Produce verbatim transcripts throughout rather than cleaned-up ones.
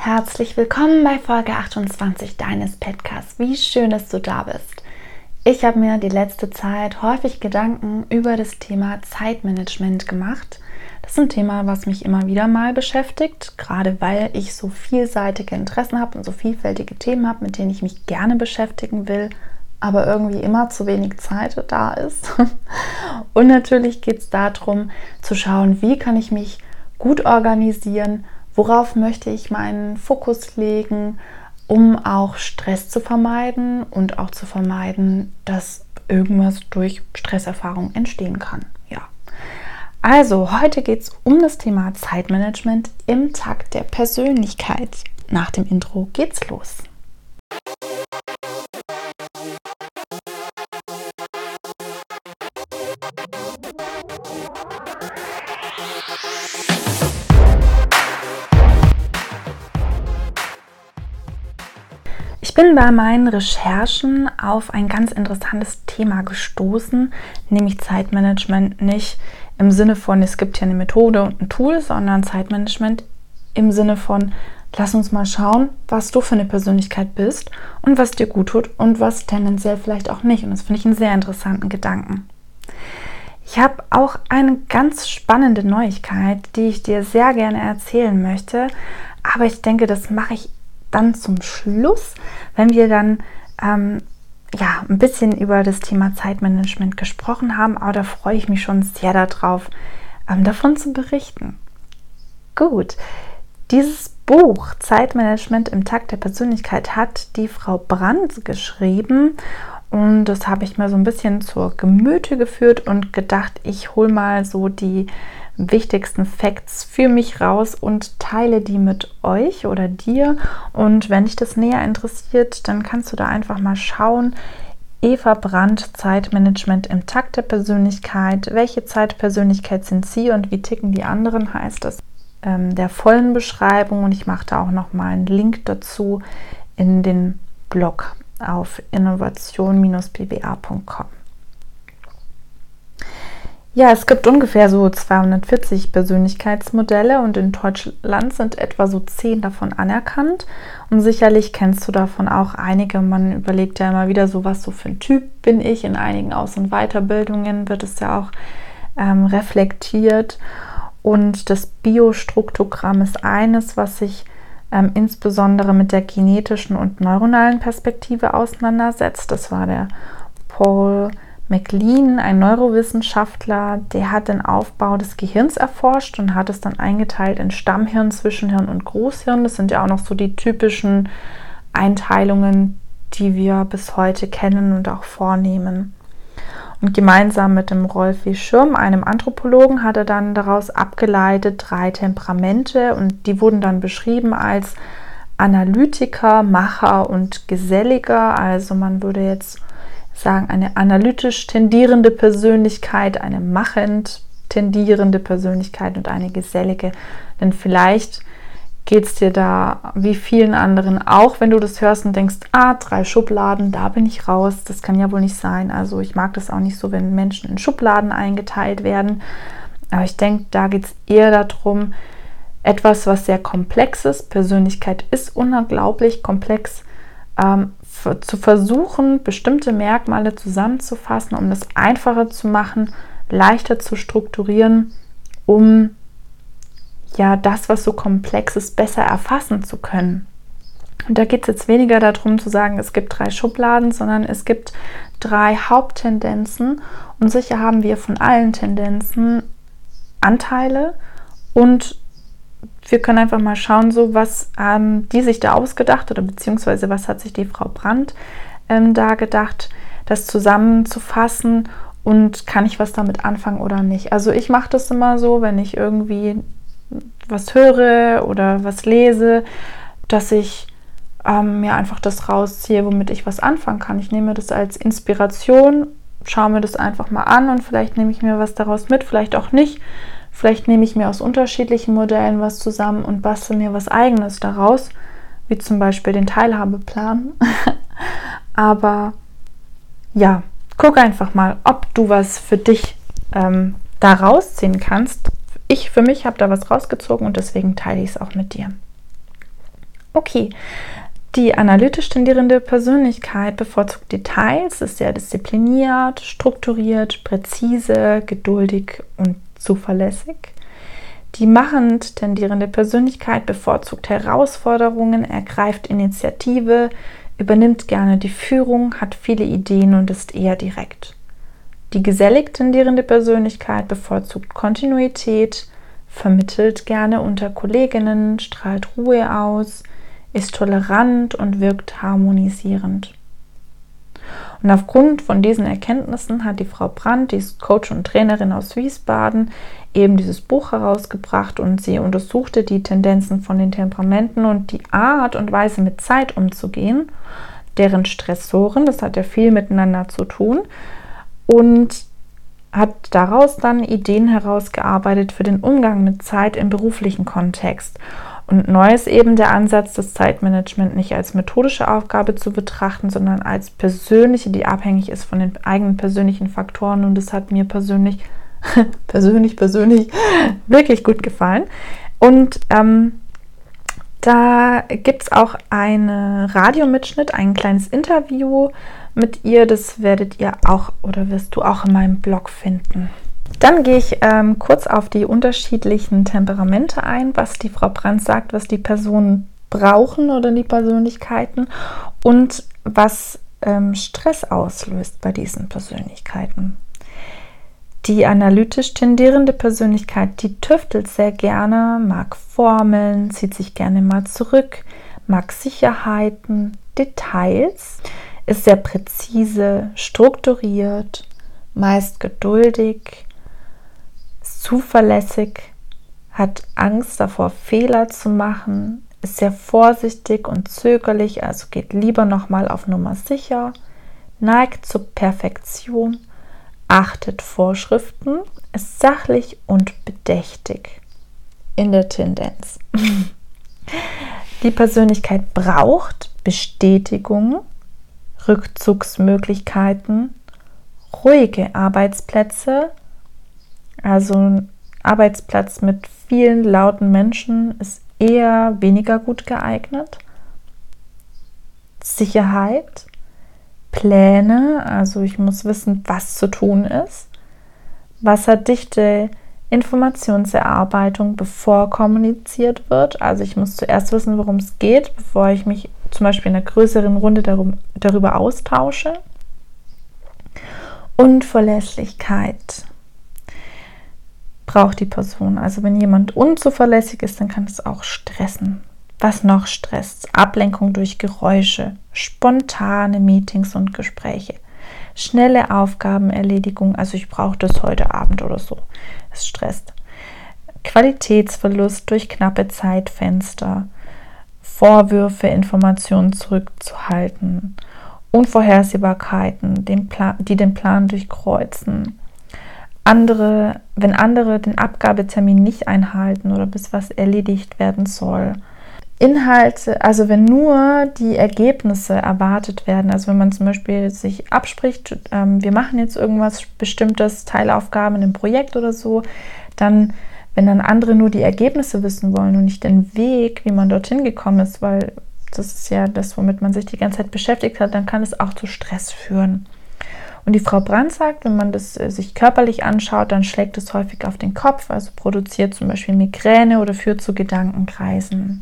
Herzlich willkommen bei Folge achtundzwanzig deines Podcasts. Wie schön, dass du da bist. Ich habe mir die letzte Zeit häufig Gedanken über das Thema Zeitmanagement gemacht. Das ist ein Thema, was mich immer wieder mal beschäftigt, gerade weil ich so vielseitige Interessen habe und so vielfältige Themen habe, mit denen ich mich gerne beschäftigen will, aber irgendwie immer zu wenig Zeit da ist. Und natürlich geht es darum, zu schauen, wie kann ich mich gut organisieren, worauf möchte ich meinen Fokus legen, um auch Stress zu vermeiden und auch zu vermeiden, dass irgendwas durch Stresserfahrung entstehen kann. Ja. Also, heute geht es um das Thema Zeitmanagement im Takt der Persönlichkeit. Nach dem Intro geht's los. Ich bin bei meinen Recherchen auf ein ganz interessantes Thema gestoßen, nämlich Zeitmanagement nicht im Sinne von, es gibt hier eine Methode und ein Tool, sondern Zeitmanagement im Sinne von, lass uns mal schauen, was du für eine Persönlichkeit bist und was dir gut tut und was tendenziell vielleicht auch nicht. Und das finde ich einen sehr interessanten Gedanken. Ich habe auch eine ganz spannende Neuigkeit, die ich dir sehr gerne erzählen möchte, aber ich denke, das mache ich dann zum Schluss, wenn wir dann ähm, ja, ein bisschen über das Thema Zeitmanagement gesprochen haben, aber da freue ich mich schon sehr darauf, ähm, davon zu berichten. Gut, dieses Buch Zeitmanagement im Takt der Persönlichkeit hat die Frau Brandt geschrieben und das habe ich mir so ein bisschen zur Gemüte geführt und gedacht, ich hole mal so die wichtigsten Facts für mich raus und teile die mit euch oder dir. Und wenn dich das näher interessiert, dann kannst du da einfach mal schauen. Eva Brandt, Zeitmanagement im Takt der Persönlichkeit. Welche Zeitpersönlichkeit sind Sie und wie ticken die anderen, heißt das ähm, der vollen Beschreibung. Und ich mache da auch noch mal einen Link dazu in den Blog auf innovation Bindestrich p b a Punkt com. Ja, es gibt ungefähr so zweihundertvierzig Persönlichkeitsmodelle und in Deutschland sind etwa so zehn davon anerkannt. Und sicherlich kennst du davon auch einige. Man überlegt ja immer wieder so, was so für ein Typ bin ich. In einigen Aus- und Weiterbildungen wird es ja auch ähm, reflektiert. Und das Biostruktogramm ist eines, was sich ähm, insbesondere mit der genetischen und neuronalen Perspektive auseinandersetzt. Das war der Paul MacLean, ein Neurowissenschaftler, der hat den Aufbau des Gehirns erforscht und hat es dann eingeteilt in Stammhirn, Zwischenhirn und Großhirn. Das sind ja auch noch so die typischen Einteilungen, die wir bis heute kennen und auch vornehmen. Und gemeinsam mit dem Rolf W. Schirm, einem Anthropologen, hat er dann daraus abgeleitet drei Temperamente und die wurden dann beschrieben als Analytiker, Macher und Geselliger. Also man würde jetzt sagen, eine analytisch tendierende Persönlichkeit, eine machend tendierende Persönlichkeit und eine gesellige. Denn vielleicht geht es dir da wie vielen anderen auch, wenn du das hörst und denkst, ah, drei Schubladen, da bin ich raus. Das kann ja wohl nicht sein. Also ich mag das auch nicht so, wenn Menschen in Schubladen eingeteilt werden. Aber ich denke, da geht es eher darum, etwas, was sehr komplex ist. Persönlichkeit ist unglaublich komplex, ähm, zu versuchen, bestimmte Merkmale zusammenzufassen, um das einfacher zu machen, leichter zu strukturieren, um ja das, was so komplex ist, besser erfassen zu können. Und da geht es jetzt weniger darum zu sagen, es gibt drei Schubladen, sondern es gibt drei Haupttendenzen und sicher haben wir von allen Tendenzen Anteile und wir können einfach mal schauen, so was haben die sich da ausgedacht oder beziehungsweise was hat sich die Frau Brandt ähm, da gedacht, das zusammenzufassen und kann ich was damit anfangen oder nicht. Also ich mache das immer so, wenn ich irgendwie was höre oder was lese, dass ich ähm, mir einfach das rausziehe, womit ich was anfangen kann. Ich nehme das als Inspiration, schaue mir das einfach mal an und vielleicht nehme ich mir was daraus mit, vielleicht auch nicht. Vielleicht nehme ich mir aus unterschiedlichen Modellen was zusammen und bastel mir was Eigenes daraus, wie zum Beispiel den Teilhabeplan. Aber ja, guck einfach mal, ob du was für dich ähm, da rausziehen kannst. Ich für mich habe da was rausgezogen und deswegen teile ich es auch mit dir. Okay, die analytisch tendierende Persönlichkeit bevorzugt Details, ist sehr diszipliniert, strukturiert, präzise, geduldig und zuverlässig. Die machend tendierende Persönlichkeit bevorzugt Herausforderungen, ergreift Initiative, übernimmt gerne die Führung, hat viele Ideen und ist eher direkt. Die gesellig tendierende Persönlichkeit bevorzugt Kontinuität, vermittelt gerne unter Kolleginnen, strahlt Ruhe aus, ist tolerant und wirkt harmonisierend. Und aufgrund von diesen Erkenntnissen hat die Frau Brandt, die ist Coach und Trainerin aus Wiesbaden, eben dieses Buch herausgebracht und sie untersuchte die Tendenzen von den Temperamenten und die Art und Weise mit Zeit umzugehen, deren Stressoren, das hat ja viel miteinander zu tun, und hat daraus dann Ideen herausgearbeitet für den Umgang mit Zeit im beruflichen Kontext. Und neu ist eben der Ansatz, das Zeitmanagement nicht als methodische Aufgabe zu betrachten, sondern als persönliche, die abhängig ist von den eigenen persönlichen Faktoren. Und das hat mir persönlich, persönlich, persönlich wirklich gut gefallen. Und ähm, da gibt es auch einen Radiomitschnitt, ein kleines Interview mit ihr. Das werdet ihr auch oder wirst du auch in meinem Blog finden. Dann gehe ich ähm, kurz auf die unterschiedlichen Temperamente ein, was die Frau Brandt sagt, was die Personen brauchen oder die Persönlichkeiten und was ähm, Stress auslöst bei diesen Persönlichkeiten. Die analytisch tendierende Persönlichkeit, die tüftelt sehr gerne, mag Formeln, zieht sich gerne mal zurück, mag Sicherheiten, Details, ist sehr präzise, strukturiert, meist geduldig, zuverlässig, hat Angst davor, Fehler zu machen, ist sehr vorsichtig und zögerlich, also geht lieber nochmal auf Nummer sicher, neigt zur Perfektion, achtet Vorschriften, ist sachlich und bedächtig in der Tendenz. Die Persönlichkeit braucht Bestätigung, Rückzugsmöglichkeiten, ruhige Arbeitsplätze. Also ein Arbeitsplatz mit vielen lauten Menschen ist eher weniger gut geeignet. Sicherheit, Pläne, also ich muss wissen, was zu tun ist. Wasserdichte Informationserarbeitung, bevor kommuniziert wird. Also ich muss zuerst wissen, worum es geht, bevor ich mich zum Beispiel in einer größeren Runde darum, darüber austausche. Und Verlässlichkeit braucht die Person. Also wenn jemand unzuverlässig ist, dann kann es auch stressen. Was noch stresst? Ablenkung durch Geräusche, spontane Meetings und Gespräche, schnelle Aufgabenerledigung, also ich brauche das heute Abend oder so. Es stresst. Qualitätsverlust durch knappe Zeitfenster, Vorwürfe, Informationen zurückzuhalten, Unvorhersehbarkeiten, den Plan, die den Plan durchkreuzen. Andere, wenn andere den Abgabetermin nicht einhalten oder bis was erledigt werden soll. Inhalte, also wenn nur die Ergebnisse erwartet werden, also wenn man zum Beispiel sich abspricht, ähm, wir machen jetzt irgendwas Bestimmtes, Teilaufgaben in einem Projekt oder so, dann, wenn dann andere nur die Ergebnisse wissen wollen und nicht den Weg, wie man dorthin gekommen ist, weil das ist ja das, womit man sich die ganze Zeit beschäftigt hat, dann kann es auch zu Stress führen. Und die Frau Brandt sagt, wenn man das äh, sich körperlich anschaut, dann schlägt es häufig auf den Kopf, also produziert zum Beispiel Migräne oder führt zu Gedankenkreisen.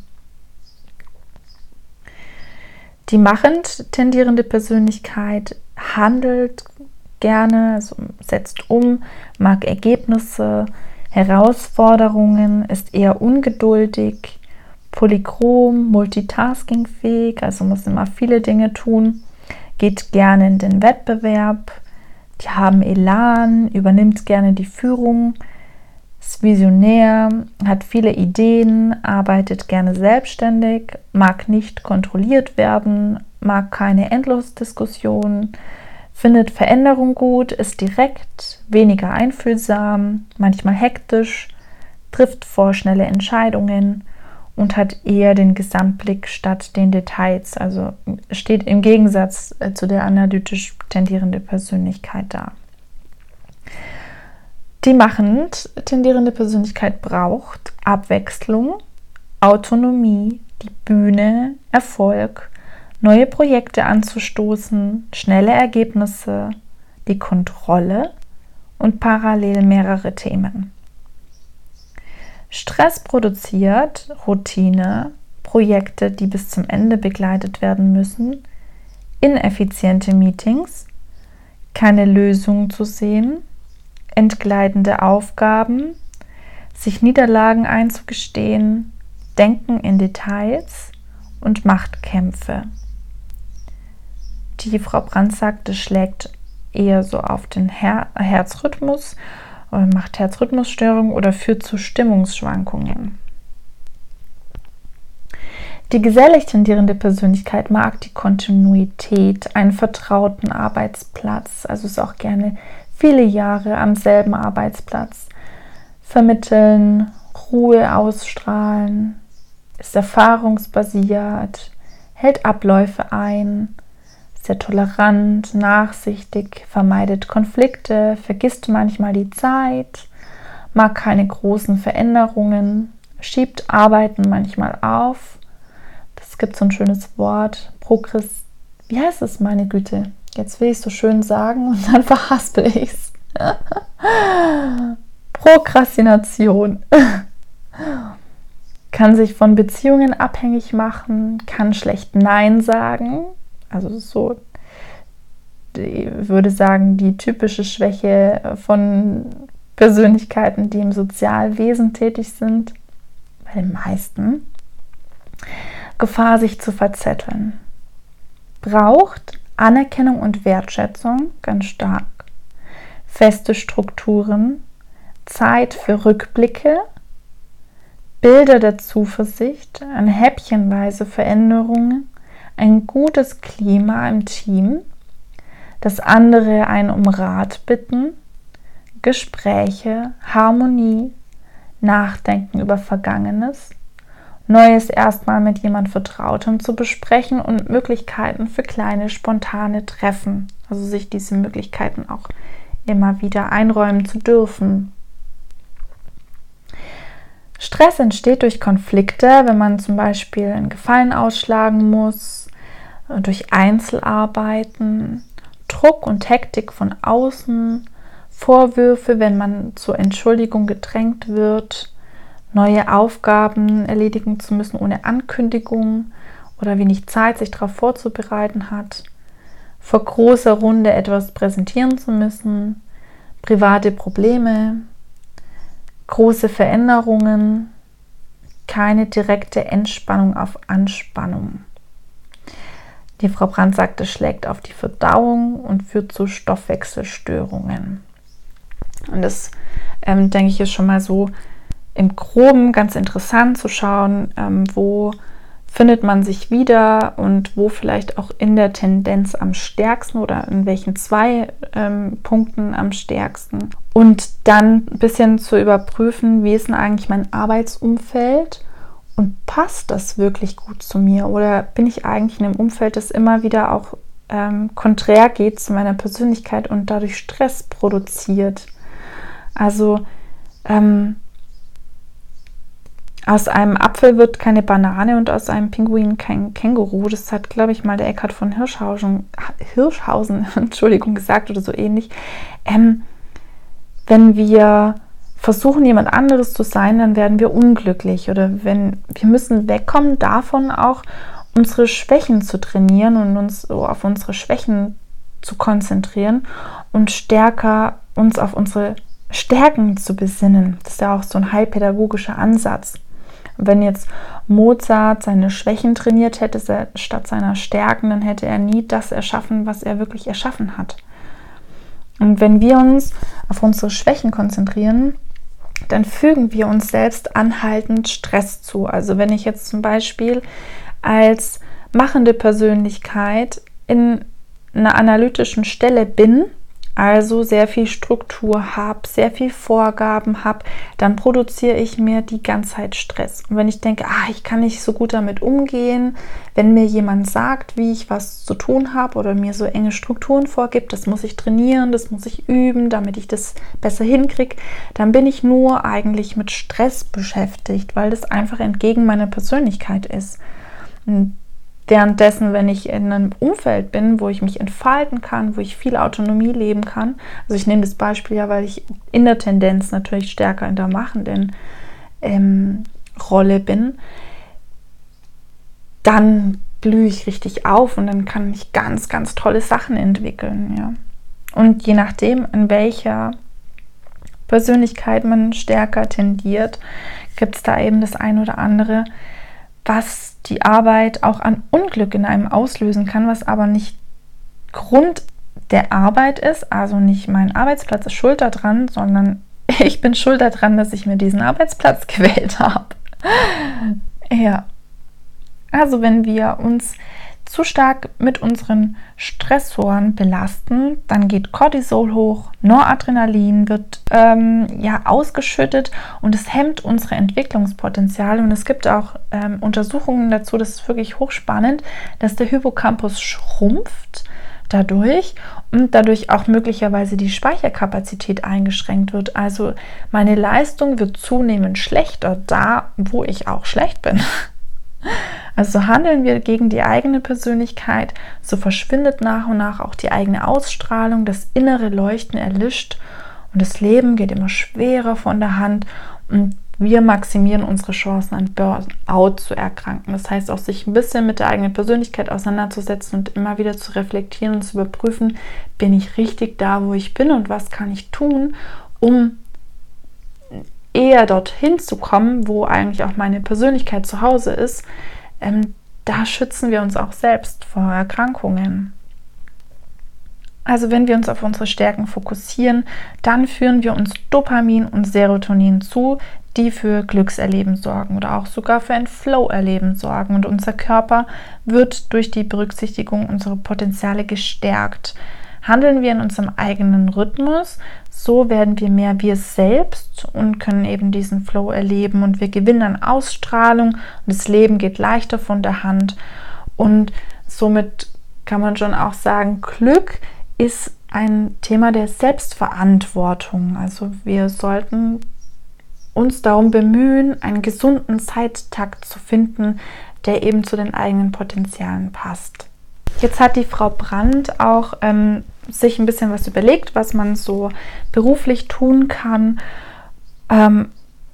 Die machend tendierende Persönlichkeit handelt gerne, also setzt um, mag Ergebnisse, Herausforderungen, ist eher ungeduldig, polychrom, multitaskingfähig, also muss immer viele Dinge tun, geht gerne in den Wettbewerb, die haben Elan, übernimmt gerne die Führung, ist visionär, hat viele Ideen, arbeitet gerne selbstständig, mag nicht kontrolliert werden, mag keine Endlosdiskussionen, findet Veränderung gut, ist direkt, weniger einfühlsam, manchmal hektisch, trifft vorschnelle Entscheidungen und hat eher den Gesamtblick statt den Details. Also steht im Gegensatz zu der analytisch tendierende Persönlichkeit da. Die machend tendierende Persönlichkeit braucht Abwechslung, Autonomie, die Bühne, Erfolg, neue Projekte anzustoßen, schnelle Ergebnisse, die Kontrolle und parallel mehrere Themen. Stress produziert Routine, Projekte, die bis zum Ende begleitet werden müssen, ineffiziente Meetings, keine Lösungen zu sehen, entgleitende Aufgaben, sich Niederlagen einzugestehen, Denken in Details und Machtkämpfe. Die Frau Brandt sagt, das schlägt eher so auf den Her- Herzrhythmus, oder macht Herzrhythmusstörungen oder führt zu Stimmungsschwankungen. Die gesellig tendierende Persönlichkeit mag die Kontinuität, einen vertrauten Arbeitsplatz, also ist auch gerne viele Jahre am selben Arbeitsplatz vermitteln, Ruhe ausstrahlen, ist erfahrungsbasiert, hält Abläufe ein, sehr tolerant, nachsichtig, vermeidet Konflikte, vergisst manchmal die Zeit, mag keine großen Veränderungen, schiebt Arbeiten manchmal auf. Es gibt so ein schönes Wort, Progress, wie heißt es, meine Güte? Jetzt will ich es so schön sagen und dann verhaspel ich es. Prokrastination. Kann sich von Beziehungen abhängig machen, kann schlecht Nein sagen. Also so, ich würde sagen, die typische Schwäche von Persönlichkeiten, die im Sozialwesen tätig sind, bei den meisten. Gefahr, sich zu verzetteln. Braucht Anerkennung und Wertschätzung, ganz stark. Feste Strukturen, Zeit für Rückblicke, Bilder der Zuversicht, eine häppchenweise Veränderungen, ein gutes Klima im Team, dass andere einen um Rat bitten, Gespräche, Harmonie, Nachdenken über Vergangenes, Neues erstmal mit jemand Vertrautem zu besprechen und Möglichkeiten für kleine, spontane Treffen. Also sich diese Möglichkeiten auch immer wieder einräumen zu dürfen. Stress entsteht durch Konflikte, wenn man zum Beispiel einen Gefallen ausschlagen muss, durch Einzelarbeiten, Druck und Hektik von außen, Vorwürfe, wenn man zur Entschuldigung gedrängt wird, neue Aufgaben erledigen zu müssen ohne Ankündigung oder wenig Zeit, sich darauf vorzubereiten hat, vor großer Runde etwas präsentieren zu müssen, private Probleme, große Veränderungen, keine direkte Entspannung auf Anspannung. Die Frau Brandt sagt, es schlägt auf die Verdauung und führt zu Stoffwechselstörungen. Und das, ähm, denke ich, ist schon mal so im Groben ganz interessant zu schauen, ähm, wo findet man sich wieder und wo vielleicht auch in der Tendenz am stärksten oder in welchen zwei ähm, Punkten am stärksten. Und dann ein bisschen zu überprüfen, wie ist denn eigentlich mein Arbeitsumfeld und passt das wirklich gut zu mir oder bin ich eigentlich in einem Umfeld, das immer wieder auch ähm, konträr geht zu meiner Persönlichkeit und dadurch Stress produziert. Also ähm, aus einem Apfel wird keine Banane und aus einem Pinguin kein Känguru. Das hat, glaube ich, mal der Eckhard von Hirschhausen, Hirschhausen Entschuldigung, gesagt oder so ähnlich. Ähm, wenn wir versuchen, jemand anderes zu sein, dann werden wir unglücklich. Oder wenn wir müssen wegkommen davon, auch unsere Schwächen zu trainieren und uns so auf unsere Schwächen zu konzentrieren und stärker uns auf unsere Stärken zu besinnen. Das ist ja auch so ein heilpädagogischer Ansatz. Wenn jetzt Mozart seine Schwächen trainiert hätte statt seiner Stärken, dann hätte er nie das erschaffen, was er wirklich erschaffen hat. Und wenn wir uns auf unsere Schwächen konzentrieren, dann fügen wir uns selbst anhaltend Stress zu. Also wenn ich jetzt zum Beispiel als machende Persönlichkeit in einer analytischen Stelle bin, also sehr viel Struktur habe, sehr viel Vorgaben habe, dann produziere ich mir die ganze Zeit Stress. Und wenn ich denke, ah, ich kann nicht so gut damit umgehen, wenn mir jemand sagt, wie ich was zu tun habe oder mir so enge Strukturen vorgibt, das muss ich trainieren, das muss ich üben, damit ich das besser hinkriege, dann bin ich nur eigentlich mit Stress beschäftigt, weil das einfach entgegen meiner Persönlichkeit ist. Und währenddessen, wenn ich in einem Umfeld bin, wo ich mich entfalten kann, wo ich viel Autonomie leben kann, also ich nehme das Beispiel ja, weil ich in der Tendenz natürlich stärker in der machenden ähm, Rolle bin, dann blühe ich richtig auf und dann kann ich ganz, ganz tolle Sachen entwickeln. Ja. Und je nachdem, in welcher Persönlichkeit man stärker tendiert, gibt es da eben das ein oder andere, was die Arbeit auch an Unglück in einem auslösen kann, was aber nicht Grund der Arbeit ist, also nicht mein Arbeitsplatz ist schuld daran, sondern ich bin schuld daran, dass ich mir diesen Arbeitsplatz gewählt habe. Ja, also wenn wir uns zu stark mit unseren Stressoren belasten, dann geht Cortisol hoch, Noradrenalin wird ähm, ja ausgeschüttet und es hemmt unsere Entwicklungspotenziale. Und es gibt auch ähm, Untersuchungen dazu, das ist wirklich hochspannend, dass der Hippocampus schrumpft dadurch und dadurch auch möglicherweise die Speicherkapazität eingeschränkt wird. Also meine Leistung wird zunehmend schlechter da, wo ich auch schlecht bin. Also handeln wir gegen die eigene Persönlichkeit, so verschwindet nach und nach auch die eigene Ausstrahlung, das innere Leuchten erlischt und das Leben geht immer schwerer von der Hand und wir maximieren unsere Chancen, an Burnout zu erkranken. Das heißt auch, sich ein bisschen mit der eigenen Persönlichkeit auseinanderzusetzen und immer wieder zu reflektieren und zu überprüfen, bin ich richtig da, wo ich bin und was kann ich tun, um eher dorthin zu kommen, wo eigentlich auch meine Persönlichkeit zu Hause ist. Ähm, da schützen wir uns auch selbst vor Erkrankungen. Also wenn wir uns auf unsere Stärken fokussieren, dann führen wir uns Dopamin und Serotonin zu, die für Glückserleben sorgen oder auch sogar für ein Flow-Erleben sorgen. Und unser Körper wird durch die Berücksichtigung unserer Potenziale gestärkt. Handeln wir in unserem eigenen Rhythmus, so werden wir mehr wir selbst und können eben diesen Flow erleben und wir gewinnen an Ausstrahlung und das Leben geht leichter von der Hand und somit kann man schon auch sagen, Glück ist ein Thema der Selbstverantwortung. Also wir sollten uns darum bemühen, einen gesunden Zeittakt zu finden, der eben zu den eigenen Potenzialen passt. Jetzt hat die Frau Brandt auch ähm, sich ein bisschen was überlegt, was man so beruflich tun kann, ähm,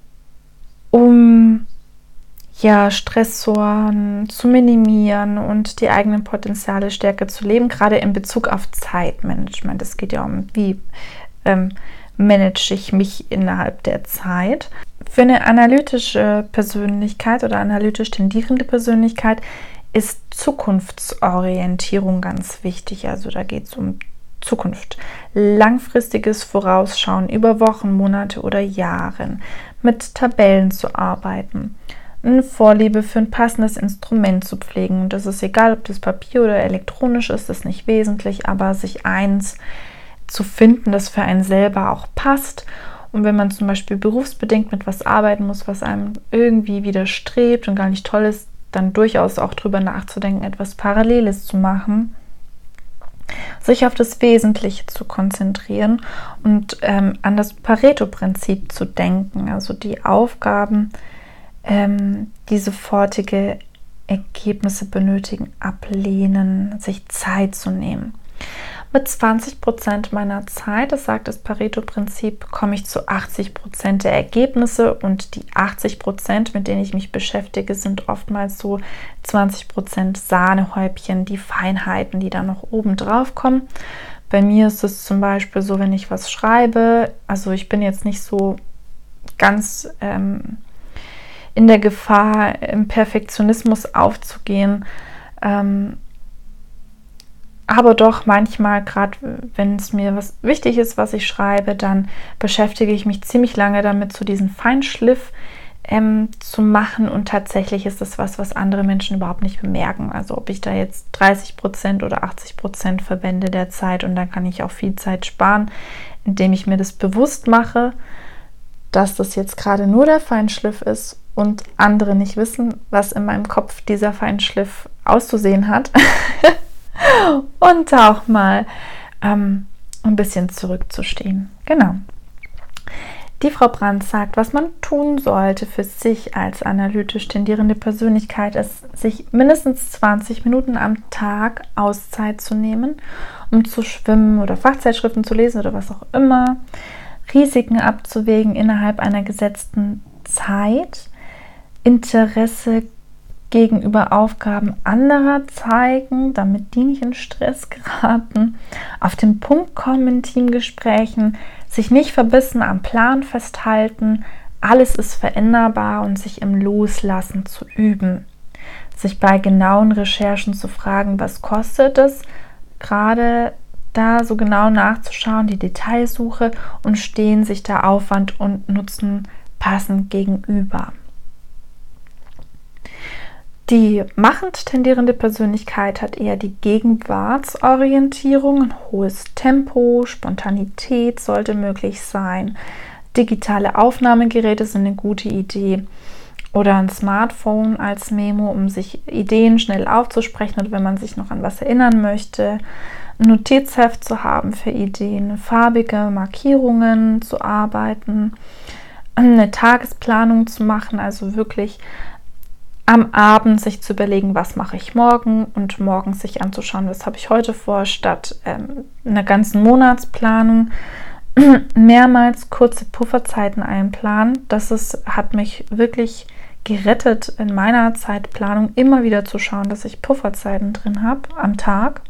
um ja, Stressoren zu minimieren und die eigenen Potenziale stärker zu leben, gerade in Bezug auf Zeitmanagement. Es geht ja um, wie ähm, manage ich mich innerhalb der Zeit. Für eine analytische Persönlichkeit oder analytisch tendierende Persönlichkeit ist Zukunftsorientierung ganz wichtig. Also da geht es um Zukunft. Langfristiges Vorausschauen über Wochen, Monate oder Jahre. Mit Tabellen zu arbeiten. Eine Vorliebe für ein passendes Instrument zu pflegen. Und das ist egal, ob das Papier oder elektronisch ist, das ist nicht wesentlich, aber sich eins zu finden, das für einen selber auch passt. Und wenn man zum Beispiel berufsbedingt mit was arbeiten muss, was einem irgendwie widerstrebt und gar nicht toll ist, dann durchaus auch drüber nachzudenken, etwas Paralleles zu machen, sich auf das Wesentliche zu konzentrieren und ähm, an das Pareto-Prinzip zu denken, also die Aufgaben, ähm, die sofortige Ergebnisse benötigen, ablehnen, sich Zeit zu nehmen. Mit zwanzig Prozent meiner Zeit, das sagt das Pareto-Prinzip, komme ich zu achtzig Prozent der Ergebnisse und die achtzig Prozent, mit denen ich mich beschäftige, sind oftmals so zwanzig Prozent Sahnehäubchen, die Feinheiten, die da noch oben drauf kommen. Bei mir ist es zum Beispiel so, wenn ich was schreibe, also ich bin jetzt nicht so ganz ähm, in der Gefahr, im Perfektionismus aufzugehen, ähm, aber doch manchmal, gerade wenn es mir was wichtig ist, was ich schreibe, dann beschäftige ich mich ziemlich lange damit, so diesen Feinschliff ähm, zu machen. Und tatsächlich ist das was, was andere Menschen überhaupt nicht bemerken. Also ob ich da jetzt dreißig Prozent oder achtzig Prozent verwende der Zeit, und dann kann ich auch viel Zeit sparen, indem ich mir das bewusst mache, dass das jetzt gerade nur der Feinschliff ist und andere nicht wissen, was in meinem Kopf dieser Feinschliff auszusehen hat. Und auch mal ähm, ein bisschen zurückzustehen. Genau. Die Frau Brandt sagt, was man tun sollte für sich als analytisch tendierende Persönlichkeit, ist, sich mindestens zwanzig Minuten am Tag Auszeit zu nehmen, um zu schwimmen oder Fachzeitschriften zu lesen oder was auch immer, Risiken abzuwägen innerhalb einer gesetzten Zeit, Interesse gegenüber Aufgaben anderer zeigen, damit die nicht in Stress geraten, auf den Punkt kommen in Teamgesprächen, sich nicht verbissen am Plan festhalten, alles ist veränderbar und sich im Loslassen zu üben. Sich bei genauen Recherchen zu fragen, was kostet es, gerade da so genau nachzuschauen, die Detailsuche, und stehen sich da Aufwand und Nutzen passend gegenüber. Die machend tendierende Persönlichkeit hat eher die Gegenwartsorientierung, ein hohes Tempo, Spontanität sollte möglich sein. Digitale Aufnahmegeräte sind eine gute Idee oder ein Smartphone als Memo, um sich Ideen schnell aufzusprechen oder wenn man sich noch an was erinnern möchte. Ein Notizheft zu haben für Ideen, farbige Markierungen zu arbeiten, eine Tagesplanung zu machen, also wirklich am Abend sich zu überlegen, was mache ich morgen, und morgens sich anzuschauen, was habe ich heute vor, statt ähm, einer ganzen Monatsplanung. Mehrmals kurze Pufferzeiten einplanen. Das ist, hat mich wirklich gerettet in meiner Zeitplanung, immer wieder zu schauen, dass ich Pufferzeiten drin habe am Tag.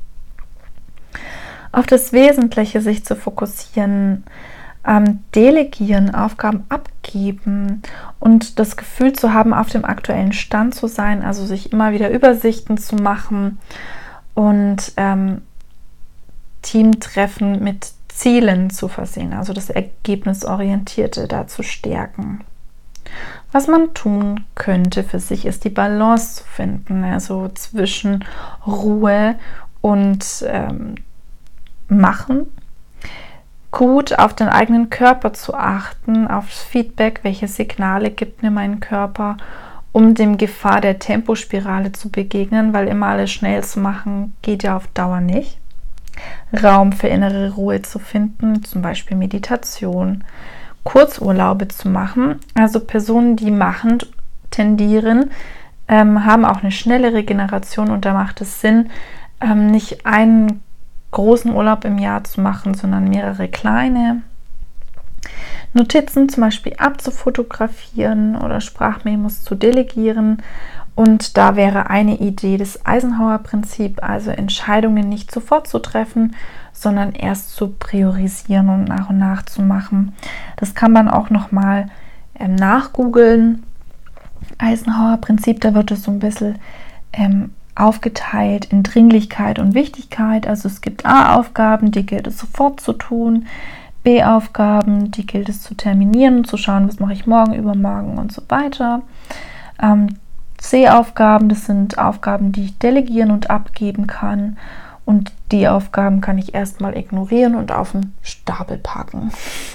Auf das Wesentliche sich zu fokussieren, ähm, delegieren, Aufgaben abgeben und das Gefühl zu haben, auf dem aktuellen Stand zu sein, also sich immer wieder Übersichten zu machen und ähm, Teamtreffen mit Zielen zu versehen, also das Ergebnisorientierte da zu stärken. Was man tun könnte für sich, ist die Balance zu finden, also zwischen Ruhe und ähm, Machen, gut auf den eigenen Körper zu achten, aufs Feedback, welche Signale gibt mir mein Körper, um dem Gefahr der Tempospirale zu begegnen, weil immer alles schnell zu machen, geht ja auf Dauer nicht. Raum für innere Ruhe zu finden, zum Beispiel Meditation, Kurzurlaube zu machen. Also Personen, die machend tendieren, ähm, haben auch eine schnelle Regeneration, und da macht es Sinn, ähm, nicht einen großen Urlaub im Jahr zu machen, sondern mehrere kleine. Notizen zum Beispiel abzufotografieren oder Sprachmemos zu delegieren. Und da wäre eine Idee das Eisenhower-Prinzip, also Entscheidungen nicht sofort zu treffen, sondern erst zu priorisieren und nach und nach zu machen. Das kann man auch nochmal ähm, nachgoogeln. Eisenhower-Prinzip, da wird es so ein bisschen ähm, aufgeteilt in Dringlichkeit und Wichtigkeit. Also es gibt A-Aufgaben, die gilt es sofort zu tun, B-Aufgaben, die gilt es zu terminieren und zu schauen, was mache ich morgen, übermorgen und so weiter. Ähm, C-Aufgaben, das sind Aufgaben, die ich delegieren und abgeben kann, und die Aufgaben kann ich erstmal ignorieren und auf den Stapel packen.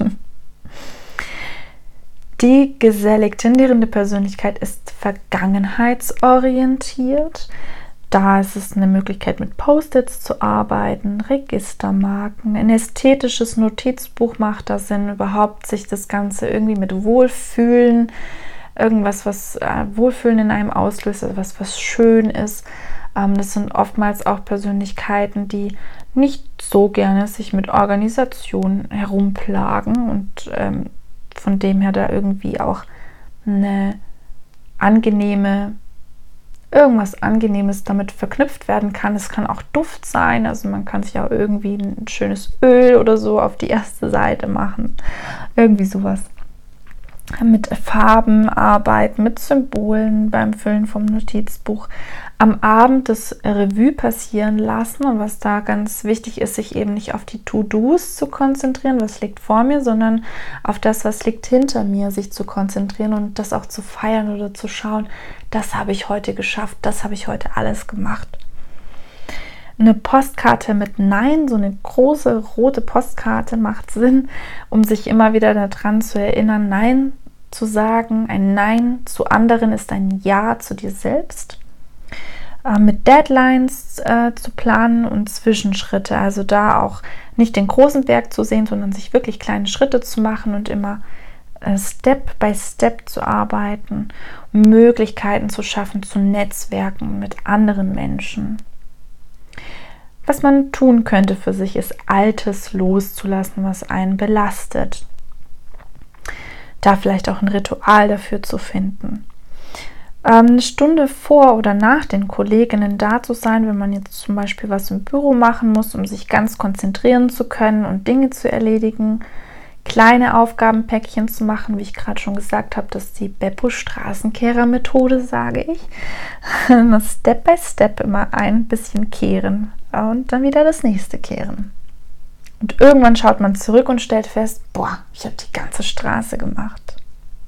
Die gesellig tendierende Persönlichkeit ist vergangenheitsorientiert. Da ist es eine Möglichkeit, mit Post-its zu arbeiten, Registermarken, ein ästhetisches Notizbuch macht da Sinn, überhaupt sich das Ganze irgendwie mit Wohlfühlen, irgendwas, was äh, Wohlfühlen in einem auslöst, also was, was schön ist. Ähm, das sind oftmals auch Persönlichkeiten, die nicht so gerne sich mit Organisation herumplagen und ähm, von dem her da irgendwie auch eine angenehme irgendwas Angenehmes damit verknüpft werden kann. Es kann auch Duft sein, also man kann sich auch irgendwie ein schönes Öl oder so auf die erste Seite machen, irgendwie sowas. mit Farben arbeiten, mit Symbolen beim Füllen vom Notizbuch, am Abend das Revue passieren lassen. Und was da ganz wichtig ist, sich eben nicht auf die To-Dos zu konzentrieren, was liegt vor mir, sondern auf das, was liegt hinter mir, sich zu konzentrieren und das auch zu feiern oder zu schauen, das habe ich heute geschafft, das habe ich heute alles gemacht. Eine Postkarte mit Nein, so eine große rote Postkarte macht Sinn, um sich immer wieder daran zu erinnern, Nein zu sagen. Ein Nein zu anderen ist ein Ja zu dir selbst. Äh, mit Deadlines äh, zu planen und Zwischenschritte, also da auch nicht den großen Berg zu sehen, sondern sich wirklich kleine Schritte zu machen und immer äh, Step by Step zu arbeiten, Möglichkeiten zu schaffen, zu netzwerken mit anderen Menschen. Was man tun könnte für sich, ist Altes loszulassen, was einen belastet. Da vielleicht auch ein Ritual dafür zu finden. Ähm, eine Stunde vor oder nach den Kolleginnen da zu sein, wenn man jetzt zum Beispiel was im Büro machen muss, um sich ganz konzentrieren zu können und Dinge zu erledigen. Kleine Aufgabenpäckchen zu machen, wie ich gerade schon gesagt habe, das ist die Beppo-Straßenkehrer-Methode, sage ich. Step by Step immer ein bisschen kehren und dann wieder das nächste kehren. Und irgendwann schaut man zurück und stellt fest, boah, ich habe die ganze Straße gemacht.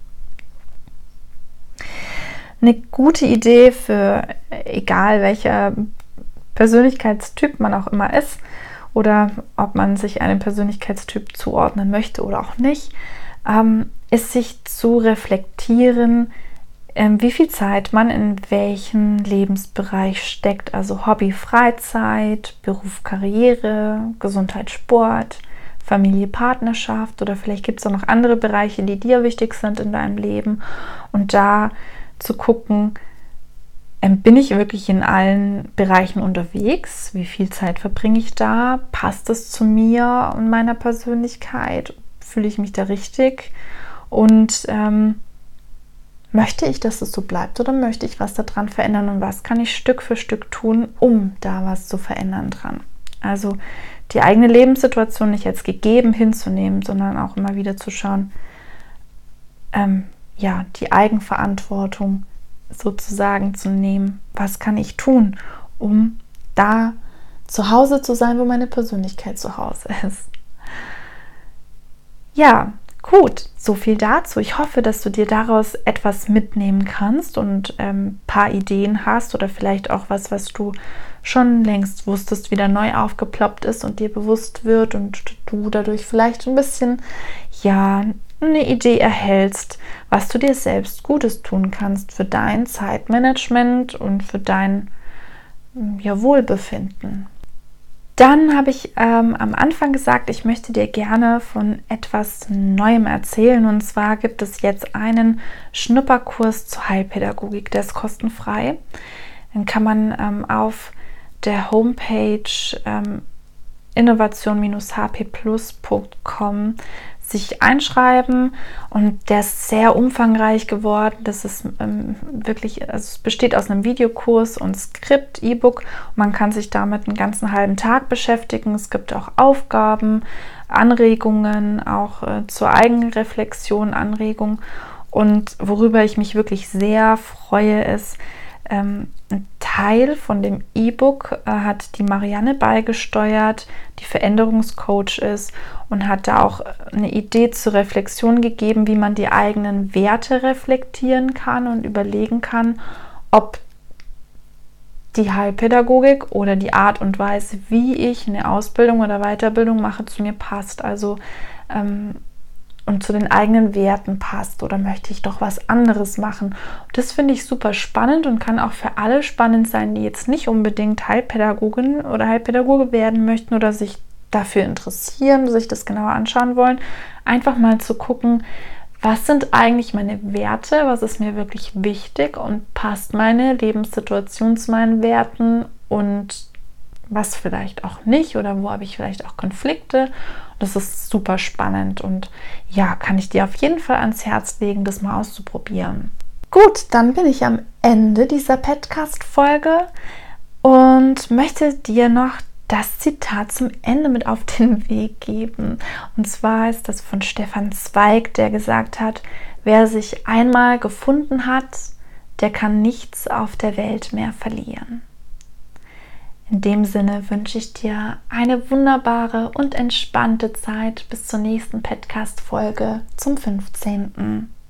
Eine gute Idee für egal welcher Persönlichkeitstyp man auch immer ist, oder ob man sich einem Persönlichkeitstyp zuordnen möchte oder auch nicht, ähm, ist sich zu reflektieren, ähm, wie viel Zeit man in welchen Lebensbereich steckt, also Hobby, Freizeit, Beruf, Karriere, Gesundheit, Sport, Familie, Partnerschaft, oder vielleicht gibt es auch noch andere Bereiche, die dir wichtig sind in deinem Leben, und da zu gucken, bin ich wirklich in allen Bereichen unterwegs? Wie viel Zeit verbringe ich da? Passt es zu mir und meiner Persönlichkeit? Fühle ich mich da richtig? Und ähm, möchte ich, dass es so bleibt, oder möchte ich was daran verändern? Und was kann ich Stück für Stück tun, um da was zu verändern dran? Also die eigene Lebenssituation nicht als gegeben hinzunehmen, sondern auch immer wieder zu schauen, ähm, ja, die Eigenverantwortung sozusagen zu nehmen. Was kann ich tun, um da zu Hause zu sein, wo meine Persönlichkeit zu Hause ist? Ja, gut, so viel dazu. Ich hoffe, dass du dir daraus etwas mitnehmen kannst und ein ähm, paar Ideen hast, oder vielleicht auch was, was du schon längst wusstest, wieder neu aufgeploppt ist und dir bewusst wird und du dadurch vielleicht ein bisschen, ja, eine Idee erhältst, was du dir selbst Gutes tun kannst für dein Zeitmanagement und für dein ja, Wohlbefinden. Dann habe ich ähm, am Anfang gesagt, ich möchte dir gerne von etwas Neuem erzählen, und zwar gibt es jetzt einen Schnupperkurs zur Heilpädagogik, der ist kostenfrei. Den kann man ähm, auf der Homepage ähm, innovation Bindestrich h p plus punkt com sich einschreiben, und der ist sehr umfangreich geworden. Das ist ähm, wirklich, also es besteht aus einem Videokurs und Skript, E-Book. Man kann sich damit einen ganzen halben Tag beschäftigen. Es gibt auch Aufgaben, Anregungen, auch äh, zur Eigenreflexion Anregungen. Und worüber ich mich wirklich sehr freue, ist, ähm, ein Teil von dem E-Book äh, hat die Marianne beigesteuert, die Veränderungscoach ist, und hat da auch eine Idee zur Reflexion gegeben, wie man die eigenen Werte reflektieren kann und überlegen kann, ob die Heilpädagogik oder die Art und Weise, wie ich eine Ausbildung oder Weiterbildung mache, zu mir passt. Also ähm, und zu den eigenen Werten passt, oder möchte ich doch was anderes machen. Das finde ich super spannend und kann auch für alle spannend sein, die jetzt nicht unbedingt Heilpädagogin oder Heilpädagoge werden möchten oder sich dafür interessieren, sich das genauer anschauen wollen. Einfach mal zu gucken, was sind eigentlich meine Werte, was ist mir wirklich wichtig und passt meine Lebenssituation zu meinen Werten, und was vielleicht auch nicht, oder wo habe ich vielleicht auch Konflikte. Das ist super spannend und ja, kann ich dir auf jeden Fall ans Herz legen, das mal auszuprobieren. Gut, dann bin ich am Ende dieser Podcast-Folge und möchte dir noch das Zitat zum Ende mit auf den Weg geben. Und zwar ist das von Stefan Zweig, der gesagt hat: wer sich einmal gefunden hat, der kann nichts auf der Welt mehr verlieren. In dem Sinne wünsche ich dir eine wunderbare und entspannte Zeit bis zur nächsten Podcast-Folge zum fünfzehnten